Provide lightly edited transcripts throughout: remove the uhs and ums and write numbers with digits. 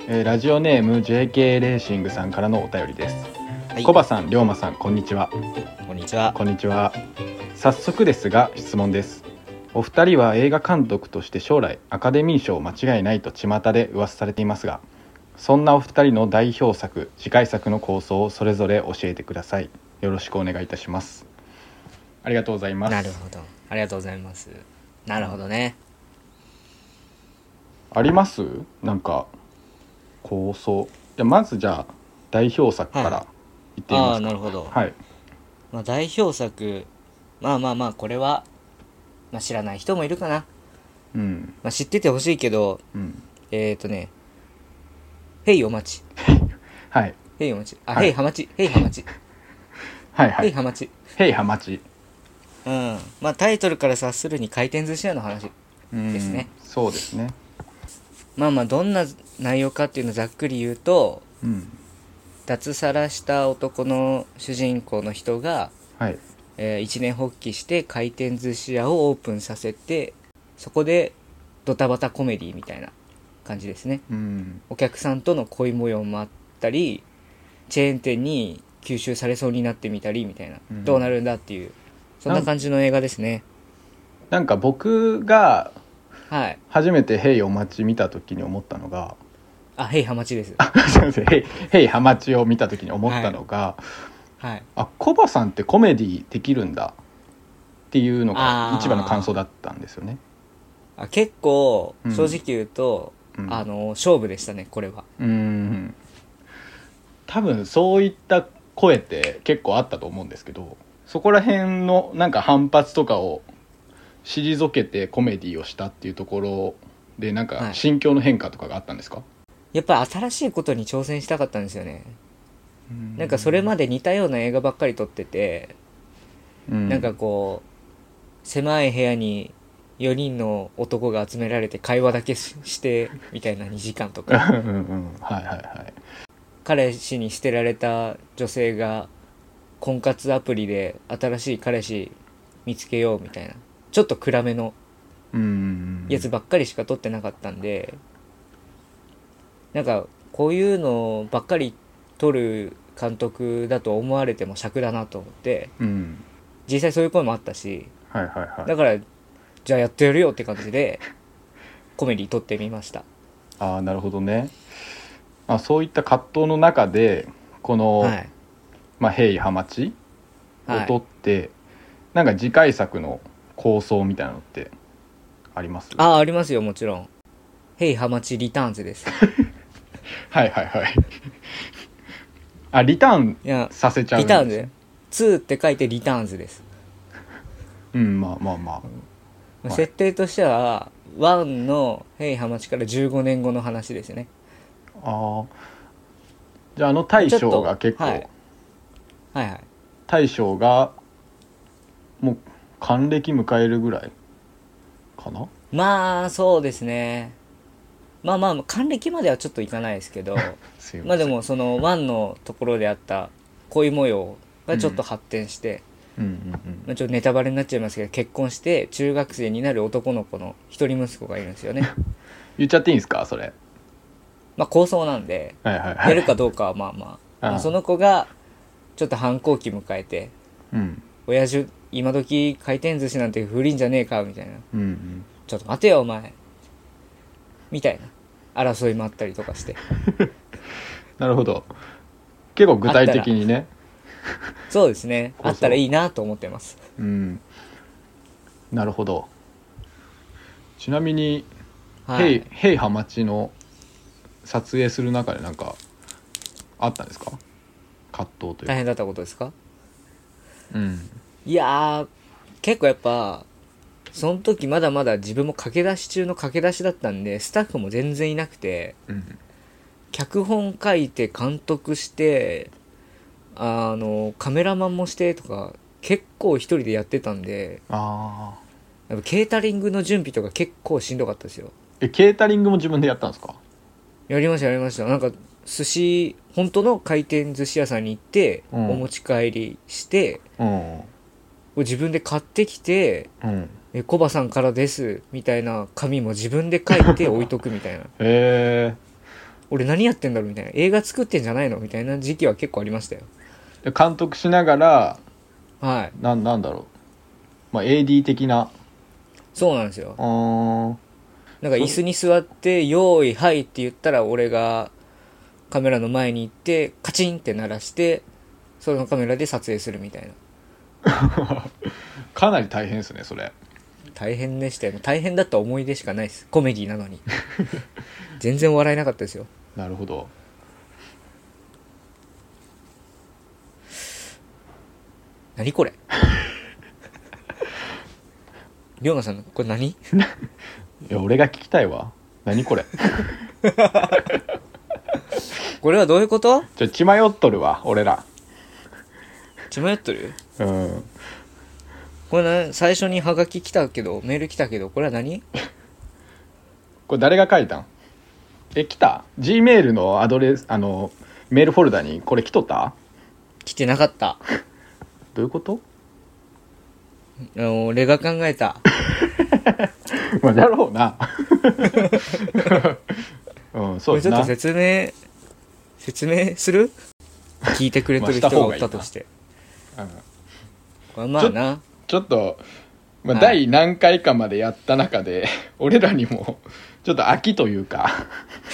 ラジオネーム JK レーシングさんからのお便りです。 はい、 コバさん、龍馬さん、こんにちは。 こんにちは。 こんにちは。早速ですが質問です。お二人は映画監督として将来アカデミー賞間違いないと巷で噂されていますが、そんなお二人の代表作、次回作の構想をそれぞれ教えてください。よろしくお願いいたします。ありがとうございます。 なるほど、ありがとうございます。なるほどね。 あります？なんか構想。まずじゃあ代表作から言ってみますか。 なるほど。 はい。 代表作、これは、知らない人もいるかな。 うん。 知っててほしいけど、 うん。 ヘイお待ち。 はい。 ヘイお待ち。 はいヘイハマチ。ヘイハマチ。 はいはい。 ヘイハマチ。 ヘイハマチ。 タイトルから察するに回転寿司屋の話ですね。 そうですね。 どんな内容かっていうのをざっくり言うと、 うん。 脱サラした男の主人公の人が、 はい。 一年発起して回転寿司屋をオープンさせて、そこでドタバタコメディみたいな感じですね。お客さんとの恋模様もあったり、チェーン店に吸収されそうになってみたりみたいな、どうなるんだっていう、そんな感じの映画ですね。 なんか僕がはい。 初めてヘイお待ち見た時に思ったのが、 ヘイハマチです。 すいません、ヘイハマチを見た時に思ったのが、 はい。 コバさんってコメディできるんだっていうのが一番の感想だったんですよね。 結構正直言うと、勝負でしたね、これは。 多分そういった声って結構あったと思うんですけど、そこら辺のなんか反発とかを退けてコメディをしたっていうところで、なんか心境の変化とかがあったんですか？ やっぱり新しいことに挑戦したかったんですよね。なんかそれまで似たような映画ばっかり撮ってて、なんかこう狭い部屋に4人の男が集められて会話だけしてみたいな2時間とかはいはいはい。 彼氏に捨てられた女性が婚活アプリで新しい彼氏見つけようみたいな、ちょっと暗めのやつばっかりしか撮ってなかったんで、なんかこういうのばっかり撮る監督だと思われても尺だなと思って、実際そういう声もあったし、だからじゃあやってやるよって感じでコメディ撮ってみました。 なるほどね。そういった葛藤の中でこの、ヘイハマチを撮って、なんか次回作の構想みたいなのってあります？ ありますよ、もちろん。ヘイハマチリターンズですはいはいはいリターンさせちゃうんです。 リターンズ2って書いてリターンズです。設定としては1のヘイハマチから15年後の話ですよね。 じゃあ大将が結構、大将がもう還暦迎えるぐらいかな。 そうですね。還暦まではちょっといかないですけどでもその1のところであった恋模様がちょっと発展して、ちょっとネタバレになっちゃいますけど、結婚して中学生になる男の子の一人息子がいるんですよね言っちゃっていいんですかそれ？ 構想なんで、やるかどうかはその子がちょっと反抗期迎えて、親父今時回転寿司なんて不倫じゃねえかみたいな、ちょっと待てよお前みたいな争いもあったりとかしてなるほど、結構具体的にねそうですね、あったらいいなと思ってます。 なるほど。ちなみに、ヘイハマチの撮影する中で何かあったんですか？葛藤というか。 大変だったことですか？いやー、結構やっぱその時まだまだ自分も駆け出し中の駆け出しだったんで、スタッフも全然いなくて、脚本書いて監督してカメラマンもしてとか結構一人でやってたんで、やっぱケータリングの準備とか結構しんどかったですよ。 ケータリングも自分でやったんですか？ やりました。なんか寿司、本当の回転寿司屋さんに行って、お持ち帰りして、自分で買ってきて、コバさんからですみたいな紙も自分で書いて置いとくみたいな俺何やってんだろうみたいな、映画作ってんじゃないのみたいな時期は結構ありましたよ。 で監督しながらはい。 なんだろう、まあ、AD 的な。 そうなんですよ。 あーなんか椅子に座って「用意はい」って言ったら俺がカメラの前に行ってカチンって鳴らしてそのカメラで撮影するみたいな。 かなり大変ですねそれ。 大変でしたよ。大変だった思い出しかないです。コメディなのに全然笑えなかったですよ。 なるほど。 何これ龍馬さんこれ何いや俺が聞きたいわ。何これこれはどういうこと？ 血迷っとるわ俺ら。 血迷っとる？ うん。 これ最初にハガキ来たけどメール来たけどこれは何？ これ誰が書いたん？来た Gmail のアドレスメールフォルダにこれ来とった？ 来てなかった。 どういうこと？ 俺が考えたまあだろうなうんそうですな。 これちょっと説明する？聞いてくれてる人がおったとして、これまあなちょっと、まあ、 はい第何回かまでやった中で俺らにもちょっと飽きというか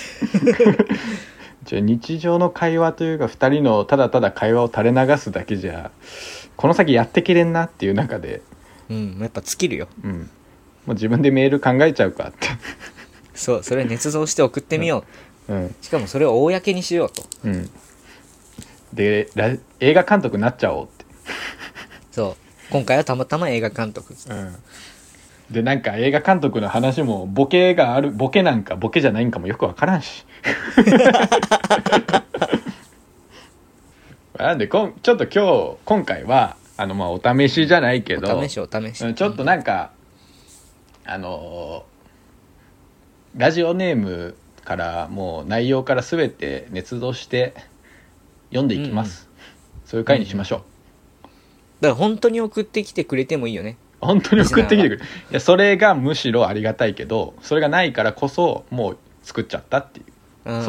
日常の会話というか2人のただただ会話を垂れ流すだけじゃこの先やってけれんなっていう中で、 やっぱ尽きるよ。 もう自分でメール考えちゃうかってそうそれ捏造して送ってみよう、しかもそれを公にしようと、 で映画監督になっちゃおうって。 そう今回はたまたま映画監督、 でなんか映画監督の話もボケがある、ボケなんかボケじゃないんかもよくわからんしなんでちょっと今回はまあお試しじゃないけどお試しちょっとなんか、ラジオネームからもう内容から全て捏造して読んでいきます、そういう回にしましょう、 だから本当に送ってきてくれてもいいよね。 本当に送ってきてくれる。いやそれがむしろありがたいけど、それがないからこそもう作っちゃったっていう、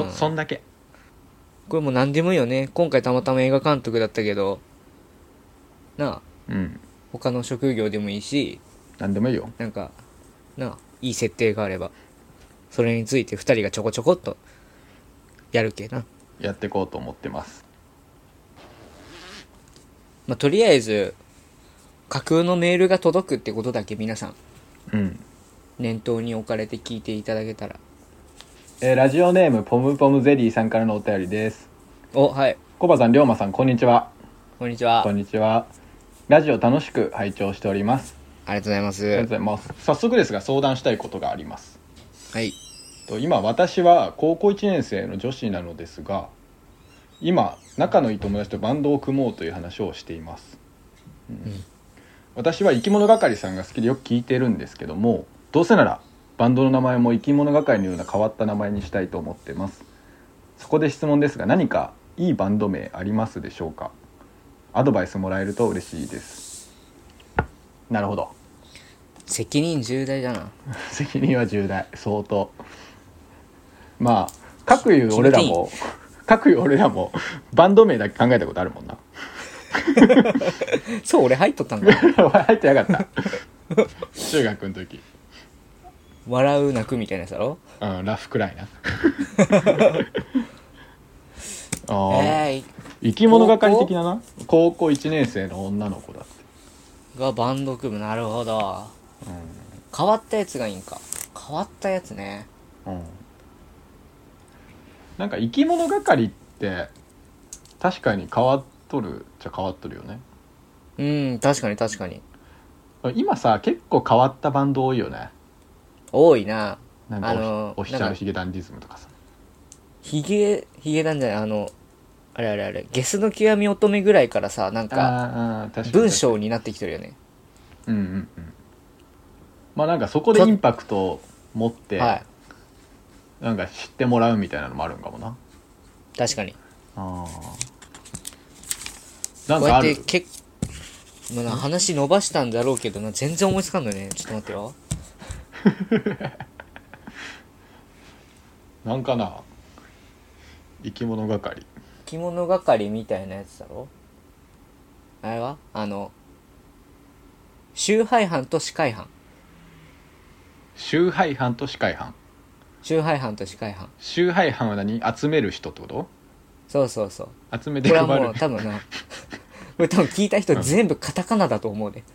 そんだけ。 これも何でもいいよね。今回たまたま映画監督だったけどなあ、他の職業でもいいし何でもいいよ。 なんかなあいい設定があればそれについて2人がちょこちょこっとやるけな。 やっていこうと思ってます。 まあとりあえず架空のメールが届くってことだけ皆さん念頭に置かれて聞いていただけたら。 ラジオネームポムポムゼリーさんからのお便りです。 はい。 コバさん、龍馬さん、こんにちは。 こんにちは。 こんにちは。ラジオ楽しく拝聴しております。 ありがとうございます。 ありがとうございます。早速ですが相談したいことがあります。 はい。 今私は高校1年生の女子なのですが、今仲のいい友達とバンドを組もうという話をしています、私は生き物係さんが好きでよく聞いてるんですけども、どうせならバンドの名前も生き物係のような変わった名前にしたいと思ってます。そこで質問ですが、何かいいバンド名ありますでしょうか？アドバイスもらえると嬉しいです。なるほど。 責任重大だな。 責任は重大、相当。まあ各言う俺らもバンド名だけ考えたことあるもんなそう俺入っとったんだ入ってなかった中学の時。 笑う泣くみたいなやつだろ。 ラフくらいな生き物係的なな。高校1年生の女の子だってがバンド組む。なるほど、変わったやつがいいんか。変わったやつね。 なんか生き物係って確かに変わっとるっちゃ変わっとるよね。 確かに今さ結構変わったバンド多いよね。 多いな。 なんかオフィシャルヒゲダンディズムとかさ。 ヒゲダンじゃない、あれゲスの極み乙女ぐらいからさ、なんか文章になってきてるよね。 まあなんかそこでインパクトを持って、なんか知ってもらうみたいなのもあるんかもな。 確かに。 なんかある。 こうやって話伸ばしたんだろうけどな、全然思いつかんのよね。ちょっと待ってよなんかな。 生き物係。 生き物係みたいなやつだろ。あれは集配班と司会班。 集配班と司会班。 集配班と司会班。 集配班は何？集める人ってこと？ そうそうそう。 集めて配る。 これはもう多分なこれ多分聞いた人全部カタカナだと思うで、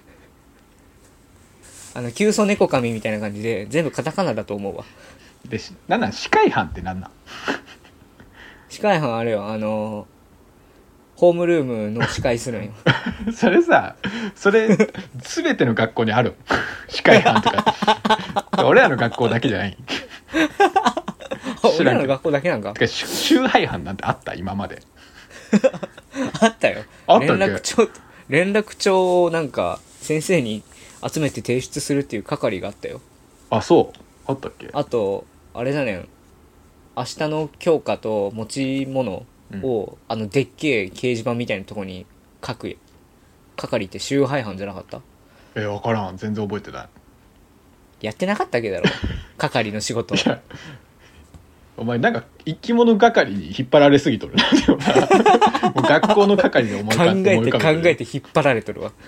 キュウソネコカミみたいな感じで全部カタカナだと思うわ。 で、なんなん司会班ってなんなん？ 司会班あれよ、ホームルームの司会するんよそれさ、それ全ての学校にある司会班とか俺らの学校だけじゃない俺らの学校だけなんか。 てか集配班なんてあった今まで？ あったよ。 あったっけ？ 連絡帳をなんか先生に集めて提出するっていう係があったよ。 あ、そうあったっけ？ あとあれだね、明日の教科と持ち物を、でっけえ掲示板みたいなとこに書く係って集配班じゃなかった？ 分からん、全然覚えてない。 やってなかったっけだろ係の仕事。 いやお前なんか生き物係に引っ張られすぎとるなでもなもう学校の係で思い考えて浮かべて引っ張られとるわ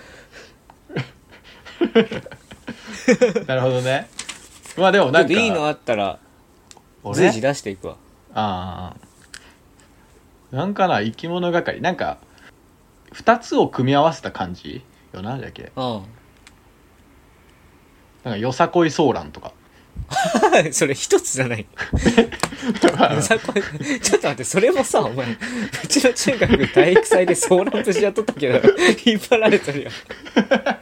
なるほどね。まあでもなんかちょっといいのあったら随時出していくわ。 ああ、なんかな、生き物係なんか2つを組み合わせた感じよな。じゃけなんかよさこいソーランとかそれ一つじゃないよさこいちょっと待って、それもさ、お前うちの中学体育祭でソーラン節やっとったけど引っ張られとるよ引っ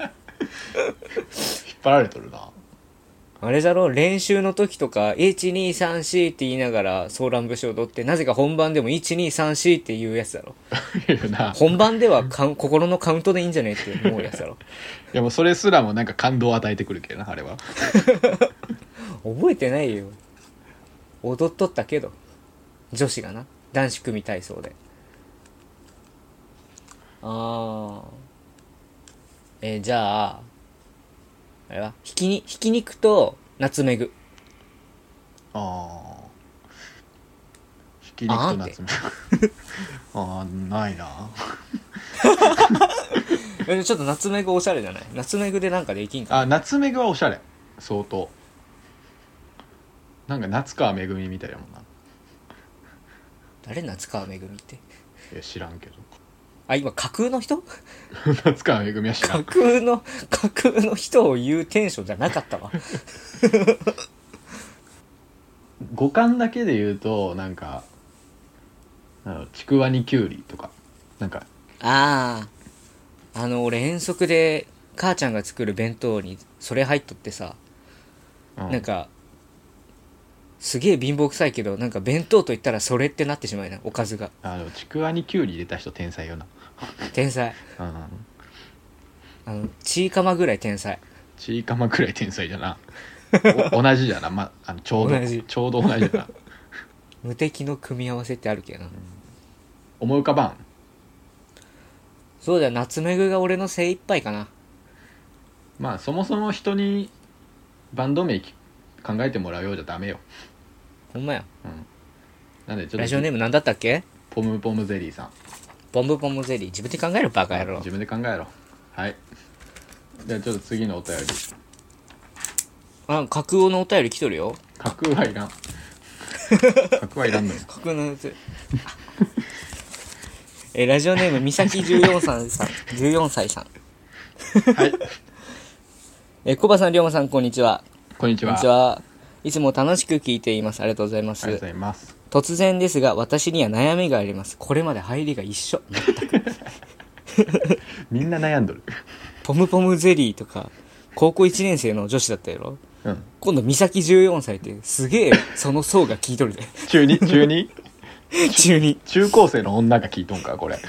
張られとるな。 あれだろ、練習の時とか 1234 って言いながらソーラン節を踊って、なぜか本番でも1234って言うやつだろいうな。 本番では心のカウントでいいんじゃねえって思うやつだろ。 いやもうそれすらもなんか感動を与えてくるけどな、あれは覚えてないよ。踊っとったけど、女子がな、男子組体操で。じゃああれはひき肉とナツメグ。 ひき肉とナツメグないなちょっとナツメグおしゃれじゃない？ナツメグでなんかできんかな。 ナツメグはおしゃれ相当。なんか夏川めぐみみたいやもんな。 誰夏川めぐみって？ いや知らんけど今架空の人夏川めぐみは知らん。 架空の人を言うテンションじゃなかったわ五感だけで言うとなんかちくわにきゅうりとかなんか俺遠足で母ちゃんが作る弁当にそれ入っとってさ、なんかすげえ貧乏くさいけど、なんか弁当と言ったらそれってなってしまいな、おかずが。 でもちくわにきゅうり入れた人天才よな天才。ちいかまぐらい天才。 ちいかまくらい天才じゃな同じじゃな、ちょうど同じじゃな無敵の組み合わせってあるけどな、 思い浮かばん。 そうだよ、ナツメグが俺の精一杯かな。 まあそもそも人にバンド名考えてもらうようじゃダメよ。 ほんまや。 なんでちょっとラジオネームなんだったっけ？ ポムポムゼリーさん。 ポムポムゼリー、自分で考えるバカ野郎。 自分で考えろ。はい。じゃあちょっと次のお便り。 架空のお便り来とるよ。 架空はいらん。架空はいらんのよ。 架空のやつラジオネームみさき14歳さんはいコバさん、りょうまさん、こんにちは。 こんにちは。 こんにちは。いつも楽しく聞いています。ありがとうございます。 ありがとうございます。 突然ですが、私には悩みがあります。これまで入りが一緒。 みんな悩んどる。 ポムポムゼリーとか、高校1年生の女子だったやろ。今度、美咲14歳って、すげえ、その層が聞いとるで。 中 2？ 中2。 中高生の女が聞いとんか、これ。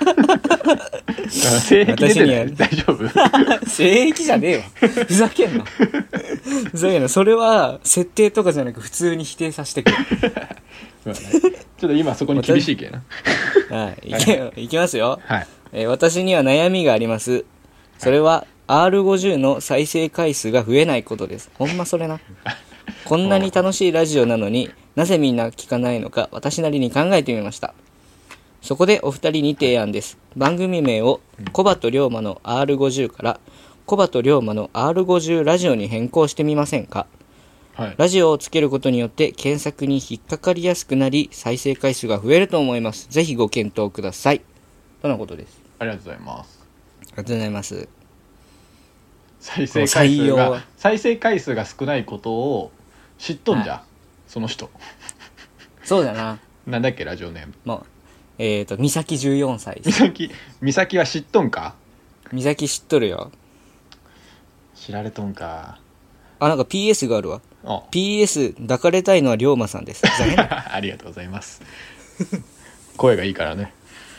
性癖出てない？大丈夫？ 性癖じゃねえわ。ふざけんな。ふざけんな。それは、設定とかじゃなく、普通に否定させてくれ。 ちょっと今そこに厳しいけな。 はい。いきますよ。 はい。 私には悩みがあります。それは、R50 の再生回数が増えないことです。ほんまそれな。こんなに楽しいラジオなのに、 なぜみんな聞かないのか私なりに考えてみました。そこでお二人に提案です。番組名をコバと龍馬の R50 からコバと龍馬の R50 ラジオに変更してみませんか。 はい、 ラジオをつけることによって検索に引っかかりやすくなり再生回数が増えると思います。ぜひご検討ください。とのことです。 ありがとうございます。 ありがとうございます。 再生回数が少ないことを知っとんじゃん、はい、その人。 そうだな。 なんだっけラジオネーム。 もう美咲14歳。 美咲は知っとんか。 美咲知っとるよ。 知られとんか。 あ、なんか PS があるわ。PS 抱かれたいのは龍馬さんです。 ありがとうございます。声がいいからね。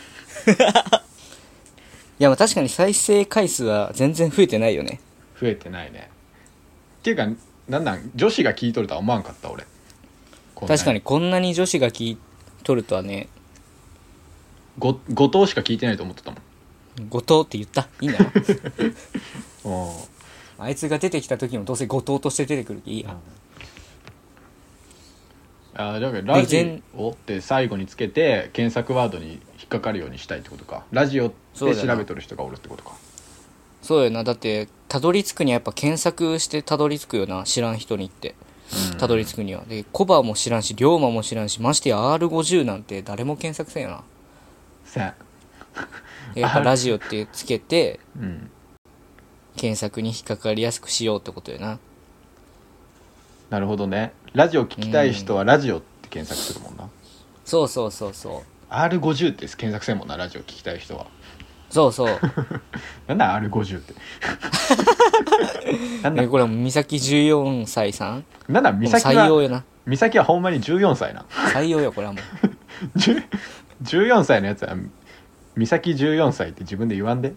いや、まあ確かに再生回数は全然増えてないよね。 増えてないね。っていうかなん女子が聞いとるとは思わんかった俺。 確かにこんなに女子が聞いとるとはね。 後藤しか聞いてないと思ってたもん。 後藤って言った。いいんだよ。あいつが出てきた時もどうせ後藤として出てくるけいいや。 だからラジオって最後につけて検索ワードに引っかかるようにしたいってことか。ラジオで調べとる人がおるってことか。 そうやな。だってたどり着くにはやっぱ検索してたどり着くよな。知らん人に言ってたどり着くには。でコバも知らんし龍馬も知らんし、ましてや R50 なんて誰も検索せんよな。やっぱラジオってつけて、検索に引っかかりやすくしようってことよな。 なるほどね。ラジオ聞きたい人はラジオって検索するもんな。 そうそうそうそう。 R50 って検索せんもんな、ラジオ聞きたい人は。 そうそう。 なんだ R50 ってなんだこれは美咲14歳さん。 なんだ美咲は採用よな。 美咲はほんまに14歳な。 採用よこれはもう。 14歳のやつは美咲14歳って自分で言わんで。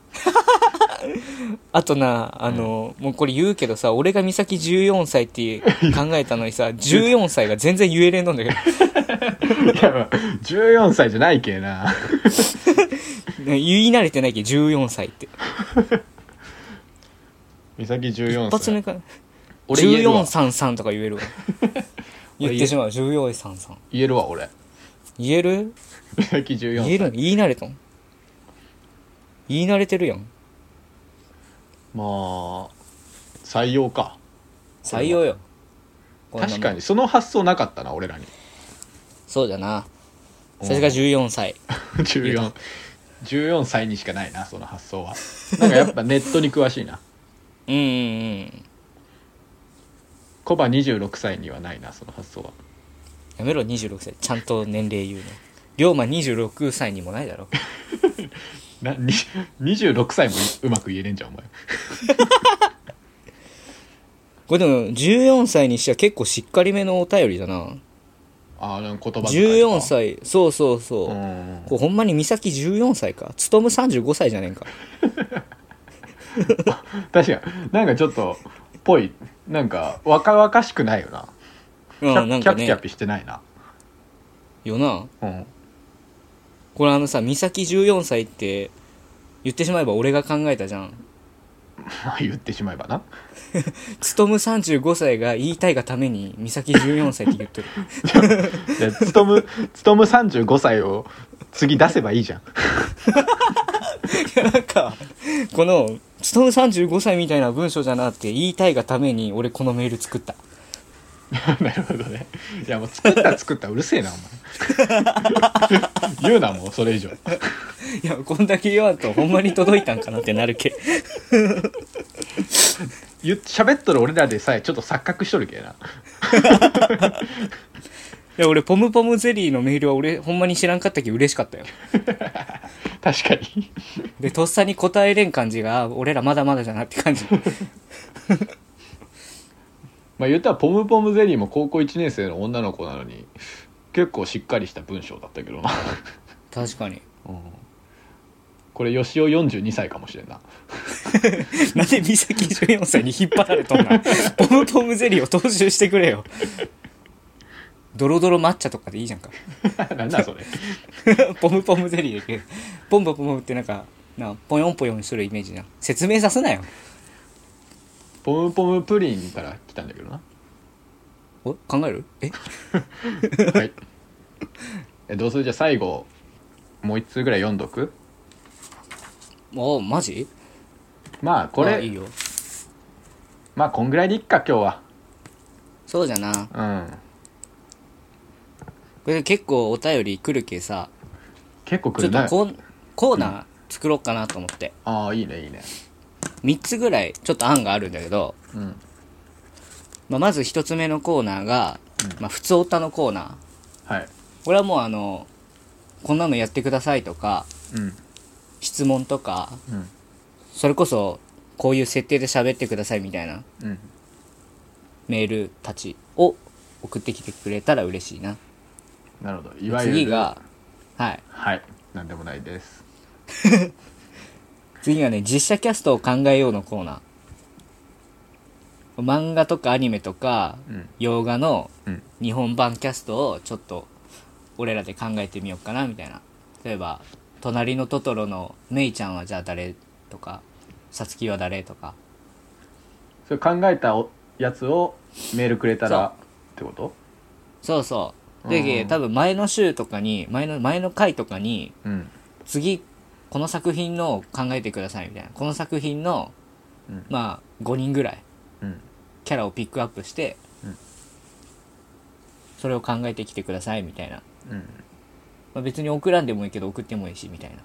あとな、もうこれ言うけどさ、俺が美咲14歳って考えたのにさ、14歳が全然言えれんのんだけど。 いや、14歳じゃないけな。 言い慣れてないけど、14歳って。 美咲14歳。 一発目から。1433とか言えるわ。言ってしまう、1433。 言えるわ、俺。 言える？ 美咲14歳。 言える？言い慣れたん？言い慣れてるやん。 まあ採用か。 採用よ。 確かにその発想なかったな俺らに。 そうだな。それが14歳。 14歳にしかないなその発想は。なんかやっぱネットに詳しいな。コバ26歳にはないなその発想は。 やめろ26歳。ちゃんと年齢言うの。龍馬26歳にもないだろ。 26歳もうまく言えねえんじゃんお前。 これでも14歳にしては結構しっかりめのお便りだな。 言葉遣いか。 14歳。そうそうそう。これほんまに美咲14歳か。勉35歳じゃねえか。 確かになんかちょっとぽい。なんか若々しくないよな。なんかね、キャピキャピしてないなよな。これさ、美咲14歳って言ってしまえば俺が考えたじゃん。 言ってしまえばな。 勉35歳が言いたいがために美咲14歳って言ってる。 いや勉35歳を次出せばいいじゃん。いやなんかこの勉35歳みたいな文章じゃなって言いたいがために俺このメール作った。 なるほどね。いやもう作ったうるせえなお前。言うなもうそれ以上。 いやこんだけ言わんとほんまに届いたんかなってなるけ。 喋っとる俺らでさえちょっと錯覚しとるけな。いや俺ポムポムゼリーのメールは俺ほんまに知らんかったけど嬉しかったよ。 確かに。でとっさに答えれん感じが俺らまだまだじゃなって感じ。 まあ言ったらポムポムゼリーも高校1年生の女の子なのに結構しっかりした文章だったけどな。 確かに、 これ吉尾42歳かもしれんな。 なんで美咲14歳に引っ張られとんな。ポムポムゼリーを踏襲してくれよ。ドロドロ抹茶とかでいいじゃんか。 なんだそれ。 ポムポムゼリーだけどポンポムってなんかポヨンポヨンするイメージじゃん。説明さすなよ。 ポムポムプリンから来たんだけどな。 考える？ はいどうする？じゃあ最後もう一通ぐらい読んどく？ マジ？ まあこれいいよ。 まあこんぐらいでいっか今日は。 そうじゃな。これ結構お便り来るけさ、 結構来るね。 ちょっとコーナー作ろうかなと思って、 ああいいねいいね。 3つぐらいちょっと案があるんだけど、まず1つ目のコーナーが、普通オタのコーナー。 はい。 これはもうこんなのやってくださいとか、質問とか、それこそこういう設定で喋ってくださいみたいな、メールたちを送ってきてくれたら嬉しいな。 なるほど。いわゆる次がはいなんでもないです。 次がね、実写キャストを考えようのコーナー。漫画とかアニメとか、洋画の日本版キャストをちょっと俺らで考えてみようかなみたいな。例えば隣のトトロのメイちゃんはじゃあ誰とか、さつきは誰とか。 それ考えたやつをメールくれたらってこと？ そうそう。で、多分前の週とかに前の回とかに、次この作品の考えてくださいみたいな、この作品の、まあ5人ぐらいキャラをピックアップして、それを考えてきてくださいみたいな、まあ、別に送らんでもいいけど送ってもいいしみたい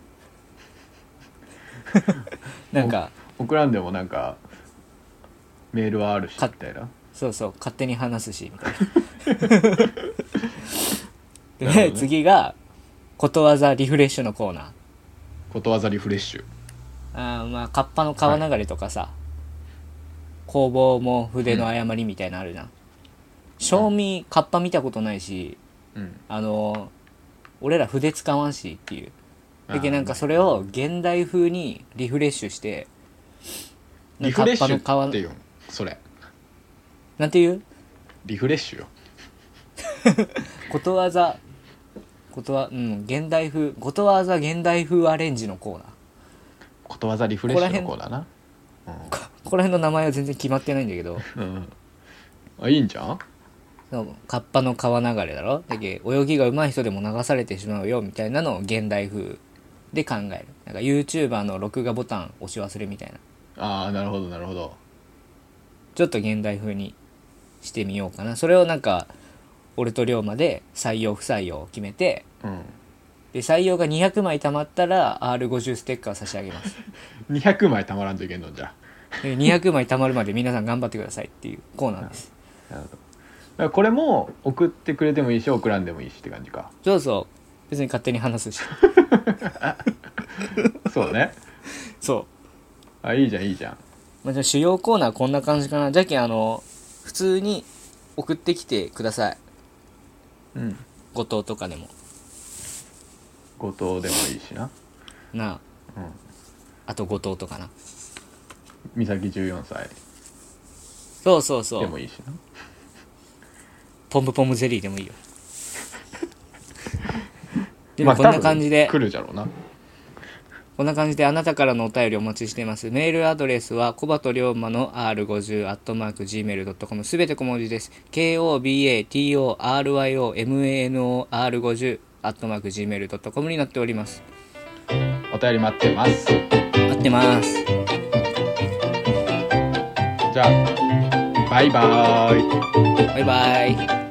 ななんか送らんでもなんかメールはあるしみたいな。 そうそう、勝手に話すしみたいなで、次がことわざリフレッシュのコーナー。 ことわざリフレッシュ。 まあカッパの川流れとかさ、工房も筆の誤りみたいなのあるじゃん。賞味カッパ見たことないし、俺ら筆使わんしっていう。だけどなんかそれを現代風にリフレッシュして、 リフレッシュってよそれ。 なんていう？ リフレッシュよ。 ことわざ現代風、ことわざ現代風アレンジのコーナー。 ことわざリフレッシュのコーナーな。 ここら辺の名前は全然決まってないんだけど、 いいんじゃん。 カッパの川流れだろ。だけど泳ぎが上手い人でも流されてしまうよみたいなのを現代風で考える。なんか YouTuber の録画ボタン押し忘れみたいな。 なるほどなるほど。 ちょっと現代風にしてみようかな。それをなんか俺と龍馬で採用不採用を決めて、で採用が200枚貯まったら R50 ステッカー差し上げます。 200枚貯まらんといけんの？じゃあ 200枚貯まるまで皆さん頑張ってくださいっていうコーナーです。 なるほど。だからこれも送ってくれてもいいし送らんでもいいしって感じか。 そうそう、別に勝手に話すしそうね。 そういいじゃんいいじゃん。 じゃあ主要コーナーこんな感じかな。じゃけん普通に送ってきてください。後藤とかでも。 後藤でもいいしな。 なあ、あと後藤とかな。 美咲14歳そうそうそうでもいいしな。 ポムポムゼリーでもいいよ。でもこんな感じで、 来るじゃろうな。 こんな感じであなたからのお便りお待ちしています。メールアドレスはコバと龍馬の r50@gmail.com、 すべて小文字です。kobatoryomanor50@gmail.com になっております。 お便り待ってます。 待ってます。 じゃあバイバーイ。 バイバイ。